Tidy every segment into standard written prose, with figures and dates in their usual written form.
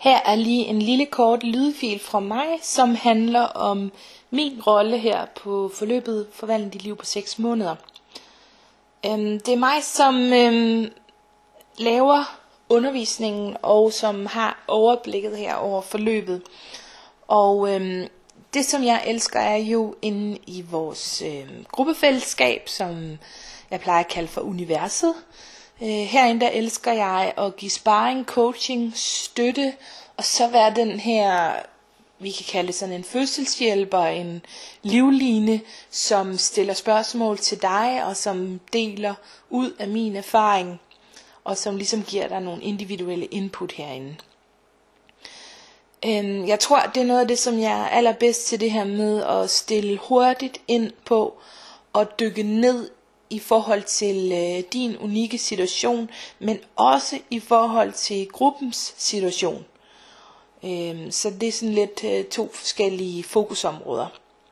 Her er lige en lille kort lydfil fra mig, som handler om min rolle her på forløbet Forvandling dit liv på 6 måneder. Det er mig, som laver undervisningen og som har overblikket her over forløbet. Og det som jeg elsker er jo inde i vores gruppefællesskab, som jeg plejer at kalde for universet. Herinde der elsker jeg at give sparring, coaching, støtte, og så være den her, vi kan kalde det sådan en fødselshjælper, en livline, som stiller spørgsmål til dig, og som deler ud af min erfaring, og som ligesom giver dig nogle individuelle input herinde. Jeg tror, det er noget af det, som jeg er allerbedst til, det her med at stille hurtigt ind på, og dykke ned i forhold til din unikke situation, men også i forhold til gruppens situation. Så det er sådan lidt 2 forskellige fokusområder.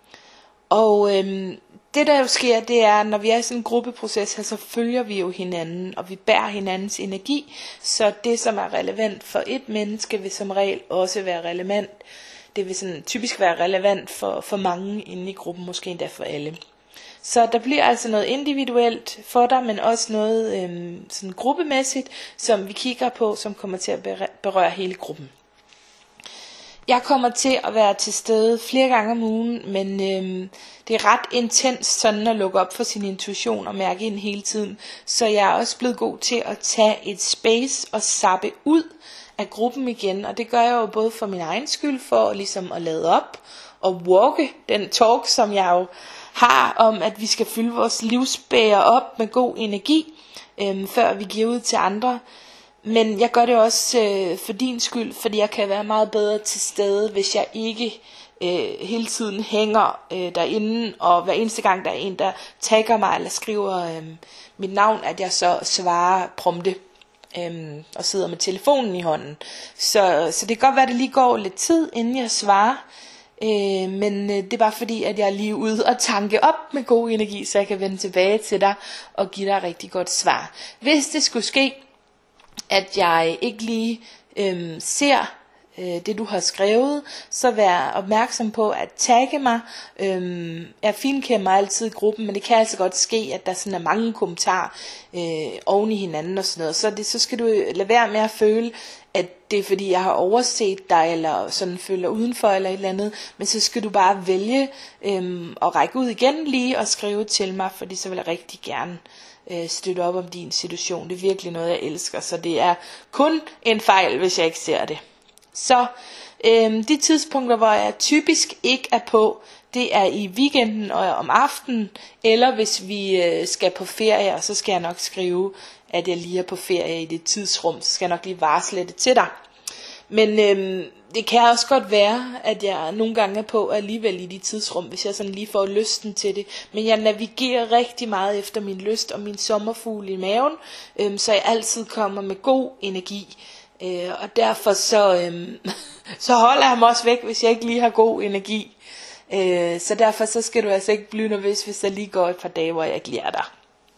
Og det der jo sker, det er, når vi er i sådan en gruppeproces her, så følger vi jo hinanden, og vi bærer hinandens energi. Så det som er relevant for et menneske, vil som regel også være relevant. Det vil sådan typisk være relevant for mange inde i gruppen, måske endda for alle. Så der bliver altså noget individuelt for dig, men også noget sådan gruppemæssigt, som vi kigger på, som kommer til at berøre hele gruppen. Jeg kommer til at være til stede flere gange om ugen, men det er ret intenst sådan at lukke op for sin intuition og mærke ind hele tiden. Så jeg er også blevet god til at tage et space og zappe ud af gruppen igen. Og det gør jeg jo både for min egen skyld, for ligesom at lade op og walke den talk, som jeg jo har om, at vi skal fylde vores livsbæger op med god energi, før vi giver ud til andre. Men jeg gør det også for din skyld, fordi jeg kan være meget bedre til stede, hvis jeg ikke hele tiden hænger derinde, og hver eneste gang der er en, der tagger mig eller skriver mit navn, at jeg så svarer prompte og sidder med telefonen i hånden. Så det kan godt være, at det lige går lidt tid, inden jeg svarer. Men det er bare fordi, at jeg er lige ude og tanke op med god energi, så jeg kan vende tilbage til dig og give dig et rigtig godt svar. Hvis det skulle ske, at jeg ikke lige ser det du har skrevet, så vær opmærksom på at tagge mig. Jeg finkæmmer mig altid i gruppen, men det kan altså godt ske, at der sådan er mange kommentarer oven i hinanden og sådan noget. Så skal du lade være med at føle, at det er fordi jeg har overset dig, eller sådan føler udenfor eller et eller andet, men så skal du bare vælge at række ud igen lige og skrive til mig, fordi så vil jeg rigtig gerne støtte op om din situation. Det er virkelig noget jeg elsker, så det er kun en fejl, hvis jeg ikke ser det. Så de tidspunkter, hvor jeg typisk ikke er på, det er i weekenden og om aftenen, eller hvis vi skal på ferie, og så skal jeg nok skrive, at jeg lige er på ferie i det tidsrum, så skal jeg nok lige varsle det til dig. Men det kan også godt være, at jeg nogle gange er på alligevel i de tidsrum, hvis jeg sådan lige får lysten til det. Men jeg navigerer rigtig meget efter min lyst og min sommerfugl i maven, så jeg altid kommer med god energi. Og derfor så holder jeg mig også væk, hvis jeg ikke lige har god energi. Så derfor så skal du altså ikke blive nervøs, hvis der lige går et par dage, hvor jeg ikke lige er der.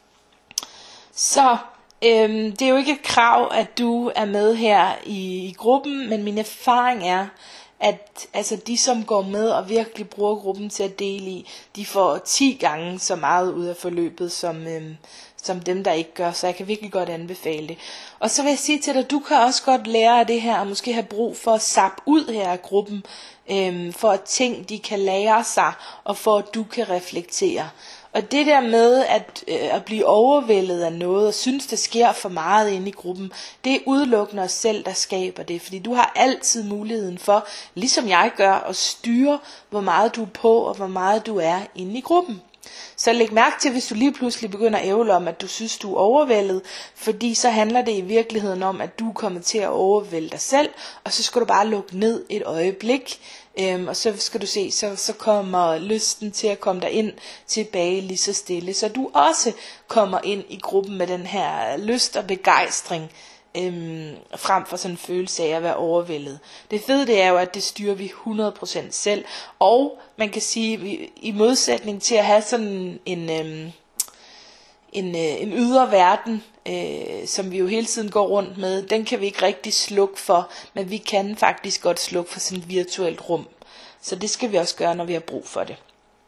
Så det er jo ikke et krav, at du er med her i gruppen, men min erfaring er, at altså de som går med og virkelig bruger gruppen til at dele i, de får 10 gange så meget ud af forløbet, som dem der ikke gør, så jeg kan virkelig godt anbefale det. Og så vil jeg sige til dig, du kan også godt lære af det her, og måske have brug for at zappe ud her af gruppen, for at ting de kan lære sig, og for at du kan reflektere. Og det der med at blive overvældet af noget, og synes der sker for meget inde i gruppen, det er udelukkende os selv, der skaber det. Fordi du har altid muligheden for, ligesom jeg gør, at styre, hvor meget du er på, og hvor meget du er inde i gruppen. Så læg mærke til, hvis du lige pludselig begynder at ævle om, at du synes, du er overvældet, fordi så handler det i virkeligheden om, at du er kommet til at overvælde dig selv, og så skal du bare lukke ned et øjeblik, og så skal du se, så kommer lysten til at komme dig ind tilbage lige så stille, så du også kommer ind i gruppen med den her lyst og begejstring, frem for sådan en følelse af at være overvældet. Det fede det er jo, at det styrer vi 100% selv, og man kan sige, i modsætning til at have sådan en ydre verden, som vi jo hele tiden går rundt med, den kan vi ikke rigtig slukke for, men vi kan faktisk godt slukke for sådan et virtuelt rum. Så det skal vi også gøre, når vi har brug for det.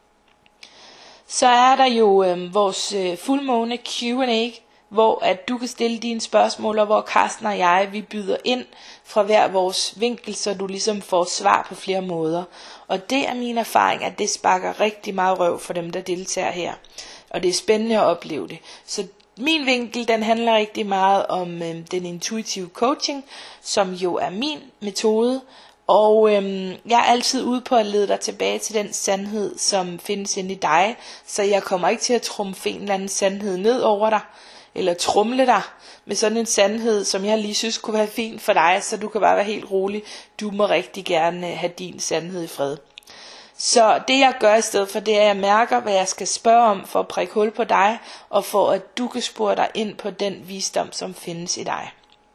Så er der jo vores fuldmåne Q&A, hvor at du kan stille dine spørgsmål, og hvor Karsten og jeg, vi byder ind fra hver vores vinkel, så du ligesom får svar på flere måder. Og det er min erfaring, at det sparker rigtig meget røv for dem, der deltager her. Og det er spændende at opleve det. Så min vinkel, den handler rigtig meget om den intuitive coaching, som jo er min metode. Og jeg er altid ude på at lede dig tilbage til den sandhed, som findes inde i dig. Så jeg kommer ikke til at trumfe en eller anden sandhed ned over dig, eller trumle dig med sådan en sandhed, som jeg lige synes kunne være fint for dig, så du kan bare være helt rolig. Du må rigtig gerne have din sandhed i fred. Så det jeg gør i stedet for, det er, at jeg mærker, hvad jeg skal spørge om, for at prikke hul på dig, og for at du kan spore dig ind på den visdom, som findes i dig.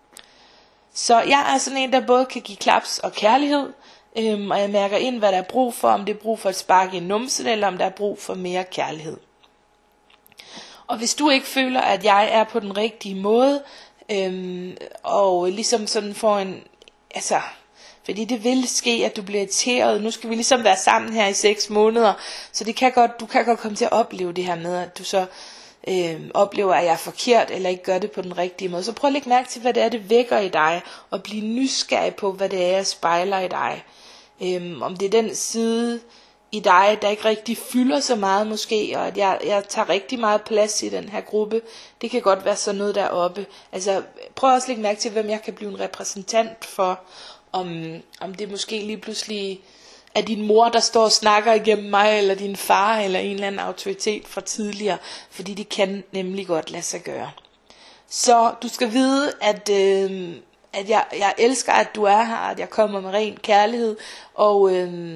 Så jeg er sådan en, der både kan give klaps og kærlighed, og jeg mærker ind, hvad der er brug for, om det er brug for et spark i numsen, eller om der er brug for mere kærlighed. Og hvis du ikke føler, at jeg er på den rigtige måde, og ligesom sådan får en, fordi det vil ske, at du bliver irriteret. Nu skal vi ligesom være sammen her i 6 måneder, så du kan godt komme til at opleve det her med, at du så oplever, at jeg er forkert, eller ikke gør det på den rigtige måde. Så prøv at lægge mærke til, hvad det er, det vækker i dig, og blive nysgerrig på, hvad det er, jeg spejler i dig. Om det er den side i dig, der ikke rigtig fylder så meget måske, og at jeg tager rigtig meget plads i den her gruppe. Det kan godt være sådan noget deroppe. Altså prøv også at lægge mærke til, hvem jeg kan blive en repræsentant for, om det måske lige pludselig er din mor, der står og snakker igennem mig, eller din far, eller en eller anden autoritet fra tidligere, fordi det kan nemlig godt lade sig gøre. Så du skal vide, at jeg elsker, at du er her, at jeg kommer med ren kærlighed, og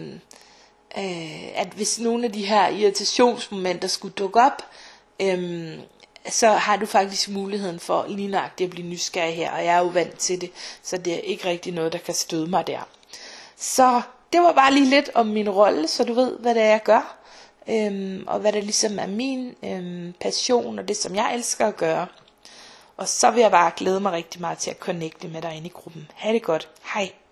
at hvis nogle af de her irritationsmomenter skulle dukke op, så har du faktisk muligheden for lige nøjagtigt at blive nysgerrig her, og jeg er jo vant til det, så det er ikke rigtig noget, der kan støde mig der. Så det var bare lige lidt om min rolle, så du ved, hvad det er, jeg gør, og hvad det ligesom er min passion, og det som jeg elsker at gøre. Og så vil jeg bare glæde mig rigtig meget til at connecte med dig inde i gruppen. Ha' det godt. Hej.